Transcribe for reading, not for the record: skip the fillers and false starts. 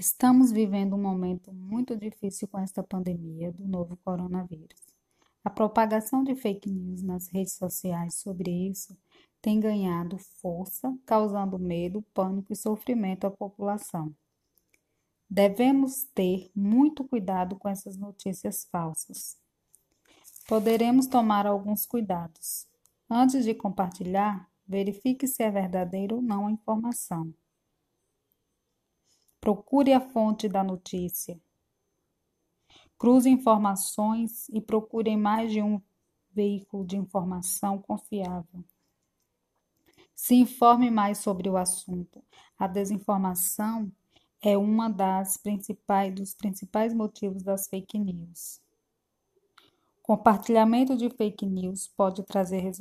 Estamos vivendo um momento muito difícil com esta pandemia do novo coronavírus. A propagação de fake news nas redes sociais sobre isso tem ganhado força, causando medo, pânico e sofrimento à população. Devemos ter muito cuidado com essas notícias falsas. Poderemos tomar alguns cuidados. Antes de compartilhar, verifique se é verdadeira ou não a informação. Procure a fonte da notícia. Cruze informações e procure em mais de um veículo de informação confiável. Se informe mais sobre o assunto. A desinformação é uma dos principais motivos das fake news. Compartilhamento de fake news pode trazer resultados